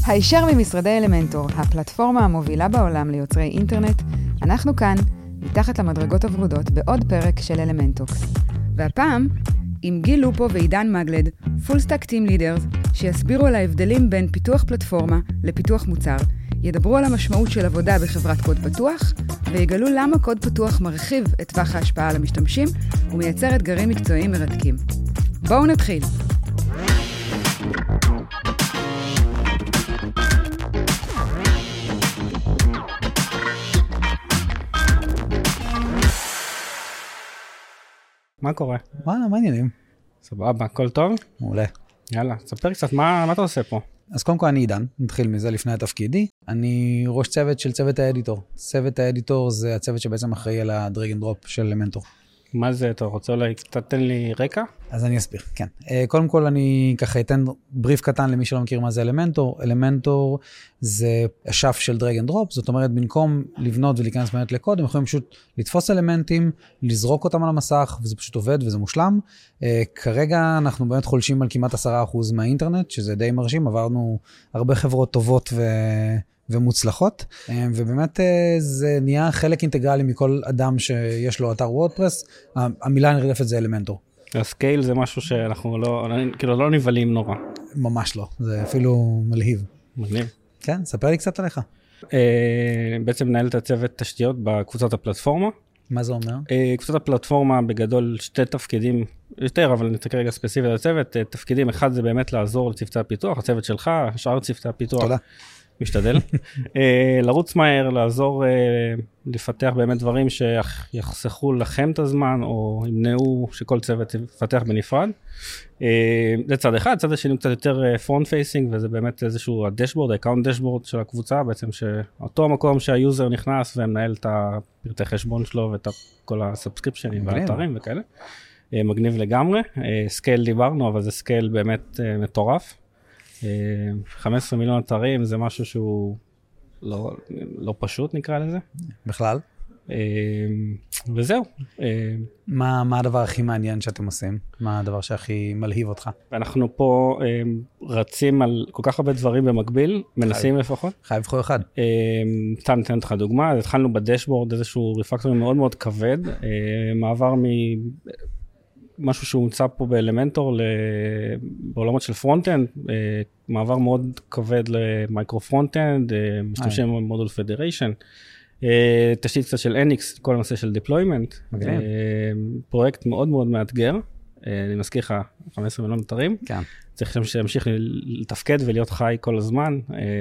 הישר ממשרדי אלמנטור, הפלטפורמה המובילה בעולם ליוצרי אינטרנט, אנחנו כאן, מתחת למדרגות הוורודות, בעוד פרק של אלמנטוקס. והפעם, עם גיל לופו ועידן מגלד, פול סטאק טים לידרס, שיסבירו על ההבדלים בין פיתוח פלטפורמה לפיתוח מוצר, ידברו על המשמעות של עבודה בחברת קוד פתוח, ויגלו למה קוד פתוח מרחיב את טווח ההשפעה על המשתמשים, ומייצר אתגרים מקצועיים מרתקים. בואו נתחיל. מה קורה? מה העניינים? סבבה, הכל טוב? מעולה. יאללה, ספר קצת, מה אתה עושה פה? אז קודם כל אני עידן, נתחיל מזה לפני התפקידי. אני ראש צוות של צוות האדיטור. צוות האדיטור זה הצוות שבעצם אחראי על הדרג אנד דרופ של אלמנטור. מה זה? אתה רוצה אולי קצת תן לי רקע? אז אני אסביר, כן. קודם כל אני ככה אתן בריף קטן למי שלא מכיר מה זה אלמנטור. אלמנטור זה השף של דרג אנד דרופ, זאת אומרת במקום לבנות ולהיכנס באמת לקוד, הם יכולים פשוט לתפוס אלמנטים, לזרוק אותם על המסך, וזה פשוט עובד וזה מושלם. כרגע אנחנו באמת חולשים על כמעט 10% מהאינטרנט, שזה די מרשים, עברנו הרבה חברות טובות ומוצלחות, ובאמת זה נהיה חלק אינטגרלי מכל אדם שיש לו אתר וורדפרס, המילה הנרדפת זה אלמנטור. הסקייל זה משהו שאנחנו לא נבלים נורא. ממש לא, זה אפילו מלהיב. מגניב. כן, ספר לי קצת עליך. בעצם מנהל את הצוות תשתיות בקבוצת הפלטפורמה. מה זה אומר? קבוצת הפלטפורמה בגדול שתי תפקידים, יותר, אבל נתקר רגע ספציפית לצוות, תפקידים אחד זה באמת לעזור לצוותי הפיתוח, הצוות שלך, שאר צוותי הפיתוח. תודה. משתדל. לרוץ מהר, לעזור לפתח באמת דברים שיחסכו לכם את הזמן, או ימנעו שכל צוות יפתח בנפרד. זה צד אחד, צד השני קצת יותר פרונט פייסינג, וזה באמת איזשהו הדשבורד, האקאונט דשבורד של הקבוצה, בעצם שאותו המקום שהיוזר נכנס ומנהל את הפרטי חשבון שלו, ואת כל הסאבסקריפשנים והאתרים וכאלה. מגניב לגמרי. סקייל דיברנו, אבל זה סקייל באמת מטורף. 15 מיליון אתרים זה משהו שהוא לא פשוט נקרא לזה. בכלל. וזהו. מה הדבר הכי מעניין שאתם עושים? מה הדבר שהכי מלהיב אותך? אנחנו פה רצים על כל כך הרבה דברים במקביל, מנסים לפחות. חייב לבחור אחד. נתן לך דוגמה, התחלנו בדשבורד איזשהו ריפקטורי מאוד מאוד כבד, מעבר משהו שהומצא פה באלמנטור בעולמות של פרונט-אנד, מעבר מאוד כבד למייקרו פרונט-אנד, משתמשים במודול פדריישן, תשתית קצת של NX, כל הנושא של deployment, פרויקט מאוד מאוד מאתגר, אני מזכיר לך 15 מיליון אתרים, צריך שימשיך לתפקד ולהיות חי כל הזמן,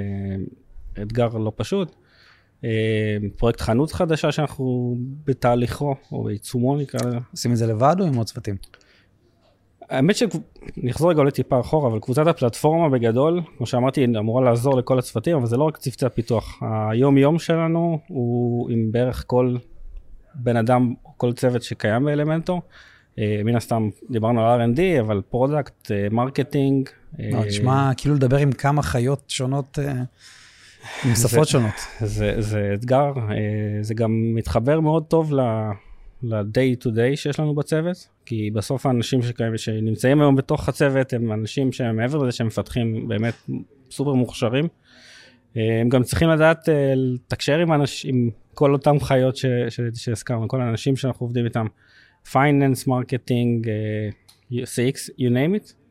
אתגר לא פשוט, פרויקט חנות חדשה שאנחנו בתהליכו, או בעיצומו נקרא לזה. עושים את זה לבד או עם עוד צוותים? האמת שנחזור רגע עולה טיפה אחורה, אבל קבוצת הפלטפורמה בגדול, כמו שאמרתי, אמורה לעזור לכל הצוותים, אבל זה לא רק צוותי הפיתוח. היום שלנו הוא עם בערך כל בן אדם, כל צוות שקיים באלמנטור. מן הסתם דיברנו על R&D, אבל פרודקט, מרקטינג. נשמע כאילו לדבר עם כמה חיות שונות, עם שפות שונות. זה אתגר, זה גם מתחבר מאוד טוב ל-day to day שיש לנו בצוות, כי בסוף האנשים שנמצאים היום בתוך הצוות, הם אנשים שהם מעבר לזה שהם מפתחים באמת סופר מוכשרים, הם גם צריכים לדעת לתקשר עם כל אותם חיות שהזכרנו, כל האנשים שאנחנו עובדים איתם, finance, marketing, CX, you name it,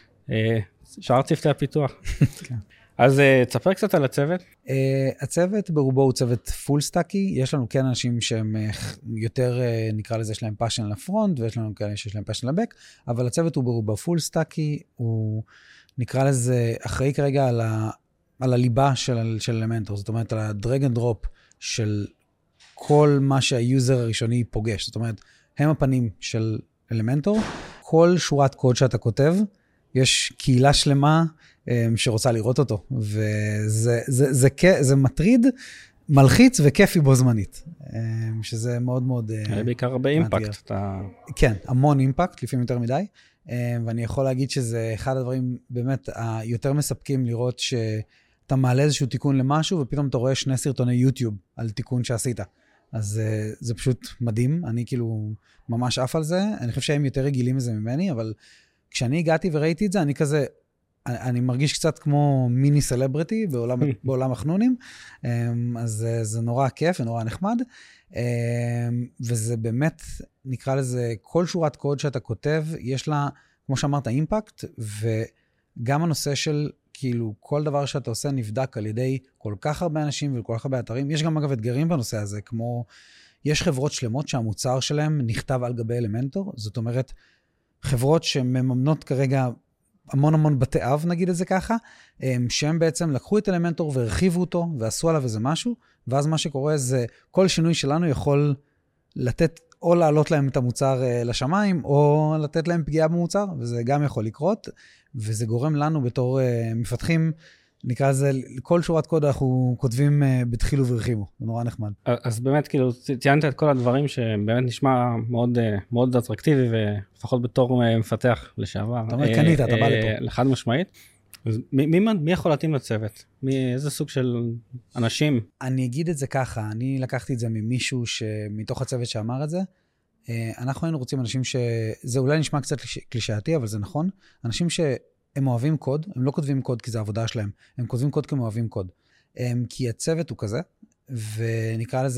שאר צוותי הפיתוח. כן. אז תספר קצת על הצוות. הצוות ברובו הוא צוות פול סטאקי, יש לנו כן אנשים שהם יותר, נקרא לזה, יש להם פאשן לפרונט, ויש לנו כאלה שיש להם פאשן לבק, אבל הצוות הוא ברובו פול סטאקי, הוא נקרא לזה, אחראי כרגע על הליבה של אלמנטור, זאת אומרת, על הדרג אנד דרופ של כל מה שהיוזר הראשוני פוגש, זאת אומרת, הם הפנים של אלמנטור, כל שורת קוד שאתה כותב, יש קהילה שלמה שרוצה לראות אותו, וזה מטריד, מלחיץ וכיפי בו זמנית, שזה מאוד מאוד בעיקר הרבה אימפקט. כן, המון אימפקט, לפעמים יותר מדי, ואני יכול להגיד שזה אחד הדברים באמת היותר מספקים לראות שאתה מעלה איזשהו תיקון למשהו, ופתאום אתה רואה 2 סרטוני יוטיוב על תיקון שעשית. אז זה פשוט מדהים, אני כאילו ממש עף על זה, אני חושב שהם יותר רגילים מזה ממני, אבל כשאני הגעתי וראיתי את זה, אני כזה, אני מרגיש קצת כמו מיני סלבריטי בעולם החנונים, אז זה נורא כיף ונורא נחמד, וזה באמת, נקרא לזה, כל שורת קוד שאתה כותב, יש לה, כמו שאמרת, אימפקט, וגם הנושא של, כאילו, כל דבר שאתה עושה נבדק על ידי כל כך הרבה אנשים וכל כך הרבה אתרים. יש גם, אגב, אתגרים בנושא הזה, כמו, יש חברות שלמות שהמוצר שלהם נכתב על גבי אלמנטור, זאת אומרת, חברות שמממנות כרגע המון בתי אב, נגיד את זה ככה, שהם בעצם לקחו את אלמנטור והרחיבו אותו, ועשו עליו איזה משהו, ואז מה שקורה זה, כל שינוי שלנו יכול לתת, או להעלות להם את המוצר לשמיים, או לתת להם פגיעה במוצר, וזה גם יכול לקרות, וזה גורם לנו בתור מפתחים, נקרא לזה, כל שורת קוד אנחנו כותבים בתחילו ורחיבו, זה נורא נחמד. אז באמת, כאילו, ציינת את כל הדברים שבאמת נשמע מאוד, מאוד אטרקטיבי, ולפחות בתור מפתח לשעבר. אתה אומר, קנית, אתה בא לפה. לחד משמעית. אז מי יכול להתאים לצוות? איזה סוג של אנשים? אני אגיד את זה ככה, אני לקחתי את זה ממישהו מתוך הצוות שאמר את זה, אנחנו היינו רוצים אנשים זה אולי נשמע קצת קלישאתי, אבל זה נכון, אנשים הם אוהבים קוד, הם לא כותבים קוד כי זה העבודה שלהם, הם כותבים קוד כי הם אוהבים קוד. כי הצוות הוא כזה, ונקרא לזה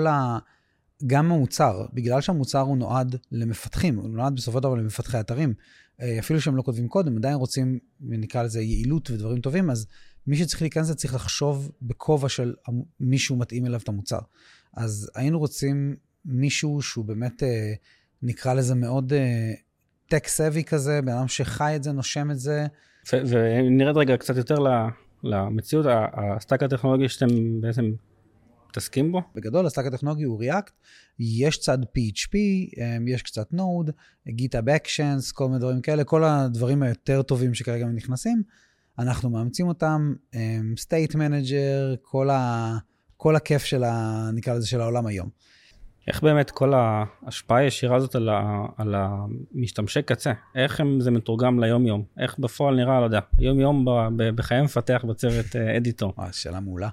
גם המוצר, בגלל שהמוצר הוא נועד למפתחים, הוא נועד בסופו של דבר למפתחי אתרים, אפילו שהם לא כותבים קוד, הם עדיין רוצים, נקרא לזה יעילות ודברים טובים, אז מי שצריך להיכנס זה צריך לחשוב בכובע של מישהו מתאים אליו את המוצר. אז היינו רוצים מישהו שהוא באמת, נקרא לזה מאוד טק סאבי כזה, בן אדם שחי את זה, נושם את זה. ונרד רגע קצת יותר למציאות, הסטאק הטכנולוגי שאתם בעצם מתעסקים בו? בגדול, הסטאק הטכנולוגי הוא React, יש צד PHP, יש קצת Node, GitHub Actions, כל מיני דברים כאלה, כל הדברים היותר טובים שכרגע נכנסים, אנחנו מאמצים אותם, State Manager, כל הכיף נקרא לזה של העולם היום. איך באמת כל ההשפעה הישירה הזאת על המשתמשי קצה? איך זה מתורגם ליום-יום? איך בפועל נראה, לא יודע, יום-יום בחיי מפתח בצוות אדיטור? שאלה מעולה.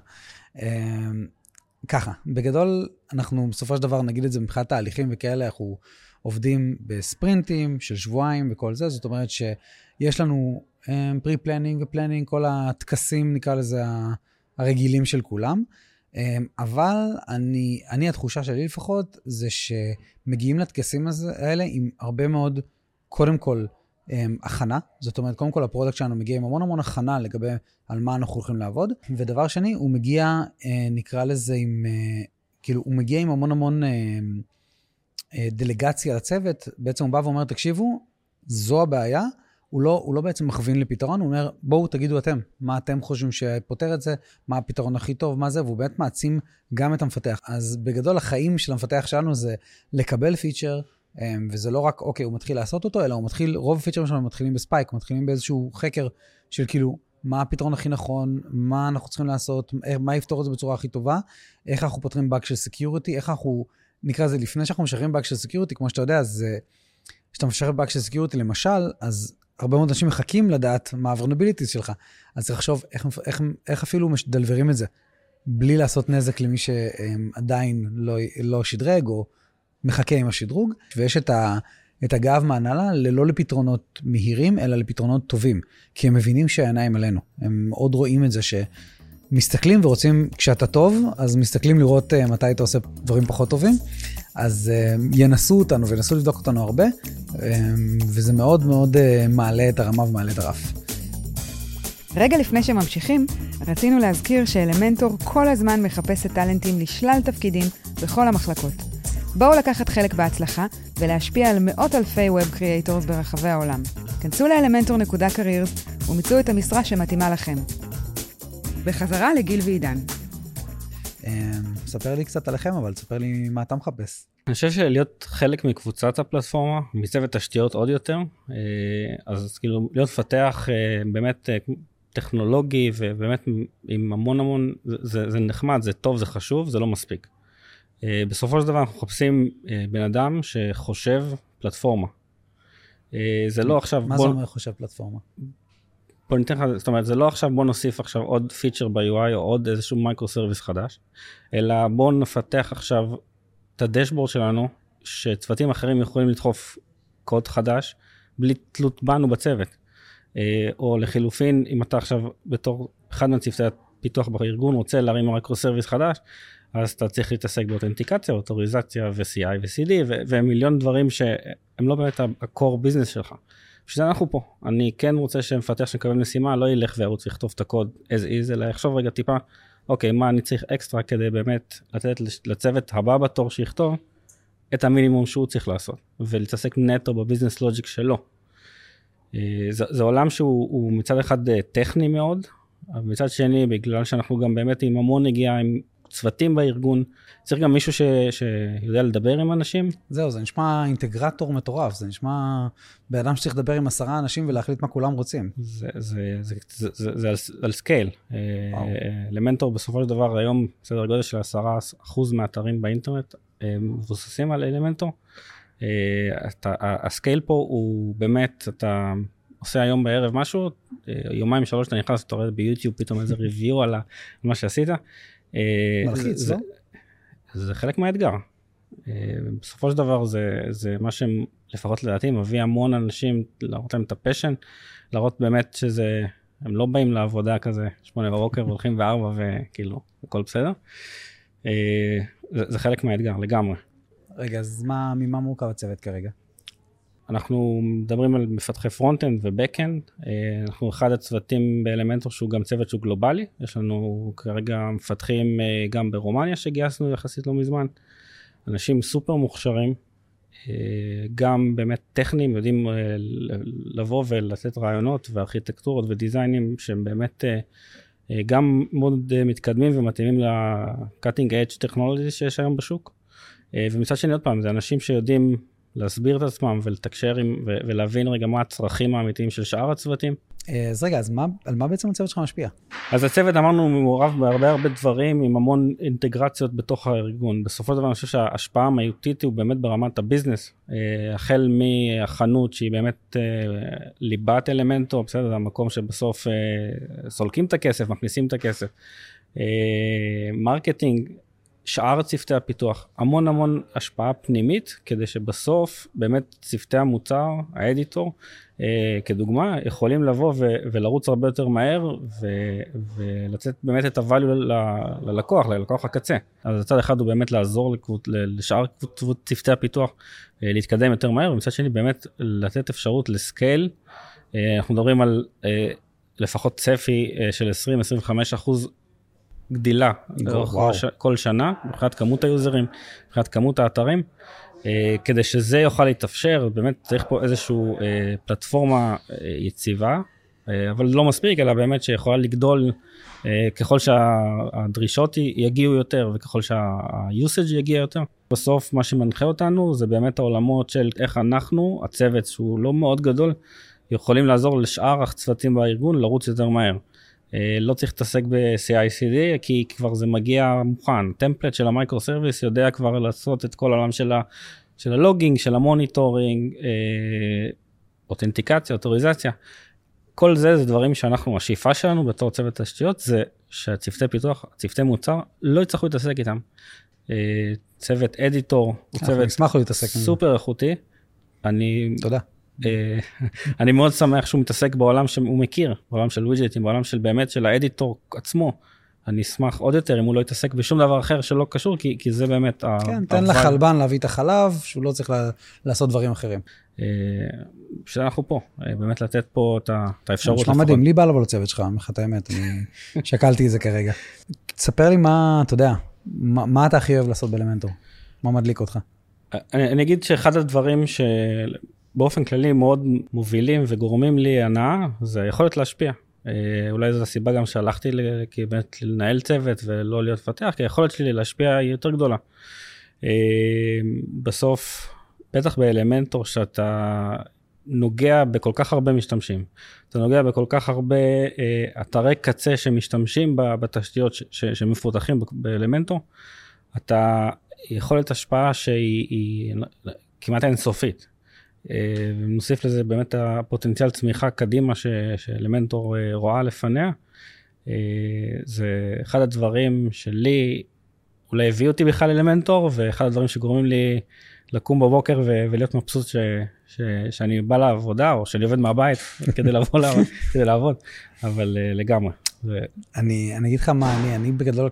ככה, בגדול אנחנו בסופו של דבר נגיד את זה מבחינת תהליכים וכאלה, אנחנו עובדים בספרינטים של שבועיים וכל זה, זאת אומרת שיש לנו פרי-פלנינג ופלנינג, כל התקסים נקרא לזה הרגילים של כולם, אבל התחושה שלי לפחות, זה שמגיעים לתקסים האלה עם הרבה מאוד, קודם כל, הכנה. זאת אומרת, קודם כל הפרודקט שלנו מגיע עם המון הכנה לגבי על מה אנחנו הולכים לעבוד. ודבר שני, הוא מגיע, נקרא לזה כאילו, הוא מגיע עם המון דלגציה לצוות. בעצם הוא בא ואומר, תקשיבו, זו הבעיה. הוא לא בעצם מכווין לפתרון, הוא אומר, בואו תגידו אתם, מה אתם חושבים שפותר את זה, מה הפתרון הכי טוב, מה זה, והוא באמת מעצים גם את המפתח. אז בגדול החיים של המפתח שלנו זה לקבל פיצ'ר, וזה לא רק, אוקיי, הוא מתחיל לעשות אותו, אלא הוא מתחיל, רוב הפיצ'רים שלנו מתחילים בספייק, מתחילים באיזשהו חקר של כאילו, מה הפתרון הכי נכון, מה אנחנו צריכים לעשות, מה יפתור את זה בצורה הכי טובה, איך אנחנו פותרים באג של סקיוריטי, איך אנחנו, נקרא זה לפני שאנחנו משחררים באג של סקיוריטי, כמו שאתה יודע, אז כשאתה משחרר באג של סקיוריטי למשל, אז הרבה מאוד אנשים מחכים לדעת מה ה-vulnerabilities שלך, אז צריך לחשוב איך אפילו מדלברים את זה, בלי לעשות נזק למי שעדיין לא שדרג, או מחכה עם השדרוג, ויש את הגב מהנהלה, ללא לפתרונות מהירים, אלא לפתרונות טובים, כי הם מבינים שהעיניים עלינו, הם מאוד רואים את זה שמסתכלים ורוצים, כשאתה טוב, אז מסתכלים לראות מתי אתה עושה דברים פחות טובים, אז ינסו אותנו וינסו לבדוק אותנו הרבה, וזה מאוד מעלה את הרמה ומעלה את הרף. רגע לפני שממשיכים, רצינו להזכיר שאלמנטור כל הזמן מחפש את טלנטים לשלל תפקידים בכל המחלקות. בואו לקחת חלק בהצלחה ולהשפיע על מאות אלפי ווב קריאייטורס ברחבי העולם. כנסו לאלמנטור.careers ומצאו את המשרה שמתאימה לכם. בחזרה לגיל ועידן. ספר לי קצת עליכם, אבל ספר לי מה אתה מחפש. אני חושב שלהיות חלק מקבוצת הפלטפורמה, מצוות תשתיות עוד יותר, אז כאילו להיות מפתח באמת טכנולוגי, ובאמת עם המון, זה נחמד, זה טוב, זה חשוב, זה לא מספיק. בסופו של דבר אנחנו מחפשים בן אדם שחושב פלטפורמה. זה לא עכשיו... מה זה אומר חושב פלטפורמה? בוא ניתן לך, זאת אומרת, זה לא עכשיו בוא נוסיף עכשיו עוד פיצ'ר ב-UI או עוד איזשהו מייקרו סרוויס חדש, אלא בוא נפתח עכשיו את הדשבורד שלנו, שצוותים אחרים יכולים לדחוף קוד חדש, בלי תלות בנו בצוות. או לחילופין, אם אתה עכשיו בתור אחד מהצוותי הפיתוח בארגון רוצה להרים מייקרו-סרוויס חדש, אז אתה צריך להתעסק באותנטיקציה, אוטוריזציה ו-CI ו-CD, ומיליון דברים שהם לא באמת ה-core ביזנס שלך. בשביל זה אנחנו פה. אני כן רוצה שמפתח שמקבל משימה, לא ילך וירוץ לכתוב את הקוד as is, אלא יחשוב רגע טיפה, אוקיי, מה אני צריך אקסטרה כדי באמת לתת לצוות הבא בתור שיכתוב את המינימום שהוא צריך לעשות, ולהתעסק נטו בביזנס לוג'יק שלו. זה עולם שהוא מצד אחד טכני מאוד, אבל מצד שני, בגלל שאנחנו גם באמת עם המון נגיעה, עם צוותים בארגון, צריך גם מישהו שיודע לדבר עם אנשים. זהו, זה נשמע אינטגרטור מטורף, זה נשמע באדם שצריך לדבר עם 10 אנשים ולהחליט מה כולם רוצים. זה על סקייל. אלמנטור בסופו של דבר היום, סדר גודל של 10% מהאתרים באינטרנט, מבוססים על אלמנטור. הסקייל פה הוא באמת, אתה עושה היום בערב משהו, יומיים 3 אתה נכנס, אתה רואה ביוטיוב פתאום איזה ריוויו על מה שעשית. מלחיץ, לא? זה חלק מהאתגר. בסופו של דבר זה מה שהם, לפחות לדעתי, מביא המון אנשים להראות להם את הפשן, להראות באמת שזה, הם לא באים לעבודה כזה 8 בבוקר, הולכים ב4 וכאילו, הכל בסדר. זה חלק מהאתגר, לגמרי. רגע, אז ממה מורכב הצוות כרגע? אנחנו מדברים על מפתחי פרונט-אנד ובק-אנד, אנחנו אחד הצוותים באלמנטור שהוא גם צוות שהוא גלובלי, יש לנו כרגע מפתחים גם ברומניה שגייסנו יחסית לא מזמן, אנשים סופר מוכשרים, גם באמת טכניים, יודעים לבוא ולתת רעיונות וארכיטקטורות ודיזיינים שהם באמת גם מאוד מתקדמים ומתאימים ל-cutting edge technology שיש היום בשוק, ומצד שני עוד פעם, זה אנשים שיודעים להסביר את עצמם ולתקשר ולהבין רגע מה הצרכים האמיתיים של שאר הצוותים. אז רגע, אז על מה בעצם הצוות שלך משפיע? אז הצוות אמרנו מעורב בהרבה דברים עם המון אינטגרציות בתוך הארגון. בסופו של דבר אני חושב שההשפעה המהותית הוא באמת ברמת הביזנס. החל מהחנות שהיא באמת ליבת אלמנטור, בסדר, זה המקום שבסוף סולקים את הכסף, מכניסים את הכסף. מרקטינג, שאר צוותי הפיתוח, המון השפעה פנימית, כדי שבסוף באמת צוותי המוצר, האדיטור, כדוגמה, יכולים לבוא ולרוץ הרבה יותר מהר, ולצאת באמת את הvalue ללקוח הקצה. אז הצד אחד הוא באמת לעזור לשאר צוותי הפיתוח, להתקדם יותר מהר, ומצד שני באמת לתת אפשרות לסקייל, אנחנו מדברים על לפחות צפי של 20-25% גדילה כל שנה, מבחינת כמות היוזרים, מבחינת כמות האתרים, כדי שזה יוכל להתאפשר, באמת צריך פה איזושהי פלטפורמה יציבה, אבל לא מספיק, אלא באמת שיכולה לגדול ככל שהדרישות יגיעו יותר, וככל שהיוסאג' יגיע יותר. בסוף מה שמנחה אותנו זה באמת העולמות של איך אנחנו, הצוות שהוא לא מאוד גדול, יכולים לעזור לשאר הצוותים בארגון לרוץ יותר מהר. לא צריך להתעסק ב-CI/CD, כי כבר זה מגיע מוכן. טמפלט של המייקרו-סרוויס יודע כבר לעשות את כל העולם של הלוגינג, של המוניטורינג, אותנטיקציה, אוטוריזציה. כל זה דברים שאנחנו, השאיפה שלנו בתור צוות תשתיות, זה שהצוותי פיתוח, צוותי מוצר, לא יצטרכו להתעסק איתם. צוות אדיטור, הוא צוות סופר איכותי. תודה. אני מאוד שמח שהוא מתעסק בעולם שהוא מכיר, בעולם של ווידג'טים, בעולם של באמת של האדיטור עצמו. אני אשמח עוד יותר אם הוא לא יתעסק בשום דבר אחר שלא קשור, כי זה באמת... כן, תן לחלבן להביא את החלב, שהוא לא צריך לעשות דברים אחרים. שאנחנו פה, באמת לתת פה את האפשרות. נשמע מדהים, לי בא לבוא לצוות שלך, מחת האמת, אני שקלתי את זה כרגע. תספר לי מה, אתה יודע, מה אתה הכי אוהב לעשות באלמנטור? מה מדליק אותך? אני אגיד שאחד הדברים באופן כללי מאוד מובילים וגורמים לי הנאה, זה היכולת להשפיע. אולי זו הסיבה גם שהלכתי באמת לנהל צוות ולא להיות פתח, כי היכולת שלי להשפיע היא יותר גדולה. בסוף, בטח באלמנטור שאתה נוגע בכל כך הרבה משתמשים, אתה נוגע בכל כך הרבה אתרי קצה שמשתמשים בתשתיות שמפותחים באלמנטור, אתה יכולת השפעה שהיא כמעט אינסופית. ונוסיף לזה באמת הפוטנציאל צמיחה קדימה שאלמנטור רואה לפניה. זה אחד הדברים שלי, אולי הביא אותי בכלל אלמנטור, ואחד הדברים שגורמים לי לקום בבוקר ולהיות מבסוט שאני בא לעבודה, או שאני עובד מהבית כדי לעבוד, אבל לגמרי. אני אגיד לך מה, אני בגדול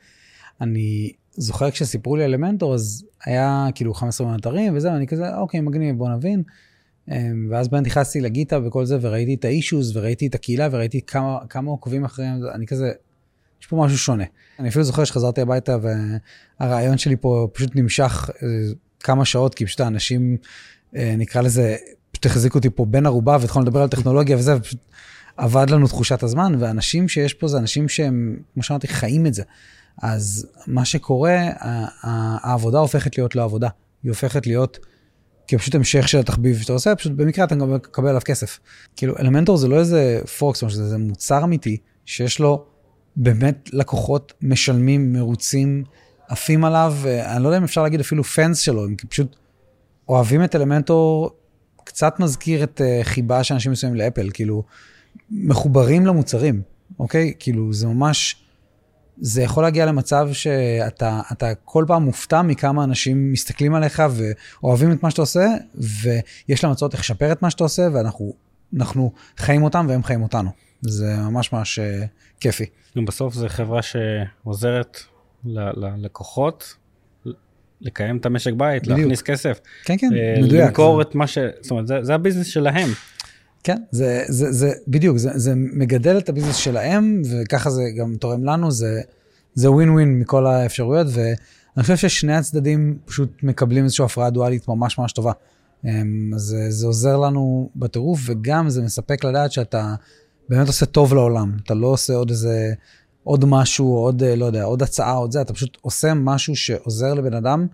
אני זוכר כשסיפרו לי אלמנטור, אז היה כאילו 15 אתרים וזה, ואני כזה, אוקיי, מגניב, בוא נבין. ואז בין נכנסתי לגיטה וכל זה, וראיתי את האישוז, וראיתי את הקהילה, וראיתי כמה עוקבים אחריהם, אני כזה, יש פה משהו שונה. אני אפילו זוכר שחזרתי הביתה, והרעיון שלי פה פשוט נמשך כמה שעות, כי פשוט האנשים, נקרא לזה, פשוט החזיקו אותי פה בין ערובה, והתחלנו לדבר על טכנולוגיה וזה, ופשוט עבד לנו תחושת הזמן, והאנשים שיש פה זה אנשים שהם, כמו שאמרתי, חיים את זה. אז מה שקורה, העבודה הופכת להיות לא עבודה. היא הופכת להיות כפשוט המשך של התחביב שאתה עושה, פשוט במקרה אתה גם מקבל עליו כסף. כאילו, אלמנטור זה לא איזה פוקס, זה מוצר אמיתי, שיש לו באמת לקוחות משלמים, מרוצים, עפים עליו, ואני לא יודע אם אפשר להגיד אפילו פנס שלו, הם פשוט אוהבים את אלמנטור, קצת מזכיר את חיבה שאנשים מסוימים לאפל, כאילו, מחוברים למוצרים, אוקיי? כאילו, זה ממש, זה יכול להגיע למצב שאתה כל פעם מופתע מכמה אנשים מסתכלים עליך ואוהבים את מה שאתה עושה, ויש להם הצעות איך לשפר את מה שאתה עושה, ואנחנו חיים אותם והם חיים אותנו. זה ממש ממש כיפי. בסוף זה חברה שעוזרת ללקוחות, לקיים את המשק בית, בדיוק. להכניס כסף. כן, כן, מדויק. למכור את מה זאת אומרת, זה הביזנס שלהם. כן, זה בדיוק, זה מגדל את הביזנס שלהם, וככה זה גם תורם לנו, זה ווין ווין מכל האפשרויות, ואני חושב ששני הצדדים פשוט מקבלים איזושהי הפרעה דואלית ממש ממש טובה. אז זה עוזר לנו בטירוף, וגם זה מספק לדעת שאתה באמת עושה טוב לעולם, אתה לא עושה עוד משהו, עוד, לא יודע, עוד הצעה, עוד זה, אתה פשוט עושה משהו שעוזר לבן אדם,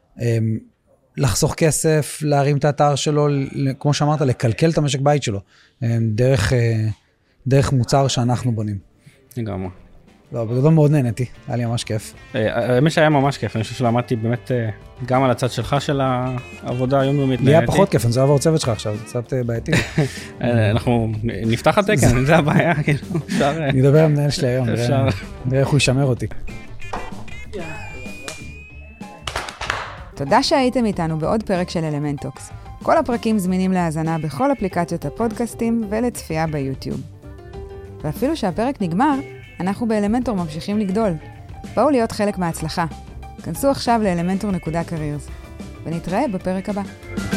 לחסוך כסף, להרים את האתר שלו, כמו שאמרת, לקלקל את המשק בית שלו, דרך מוצר שאנחנו בונים. לגמרי. לא, בגדול מאוד נהניתי, היה לי ממש כיף. האמת שהיה ממש כיף, אני חושב שלמדתי באמת גם על הצד שלך של העבודה היומיומית. לי היה פחות כיף, אני זה עבור צוות שלך עכשיו, זה קצת בעייתי. אנחנו נפתח התקן, זה הבעיה, כאילו. אני אדבר עם מנהל שלי היום, נראה איך הוא ישמר אותי. תודה שהייתם איתנו בעוד פרק של אלמנטוקס. כל הפרקים זמינים להאזנה בכל אפליקציות הפודקאסטים ולצפייה ביוטיוב. ואפילו שהפרק נגמר, אנחנו באלמנטור ממשיכים לגדול. בואו להיות חלק מההצלחה. כנסו עכשיו לאלמנטור.careers ונתראה בפרק הבא.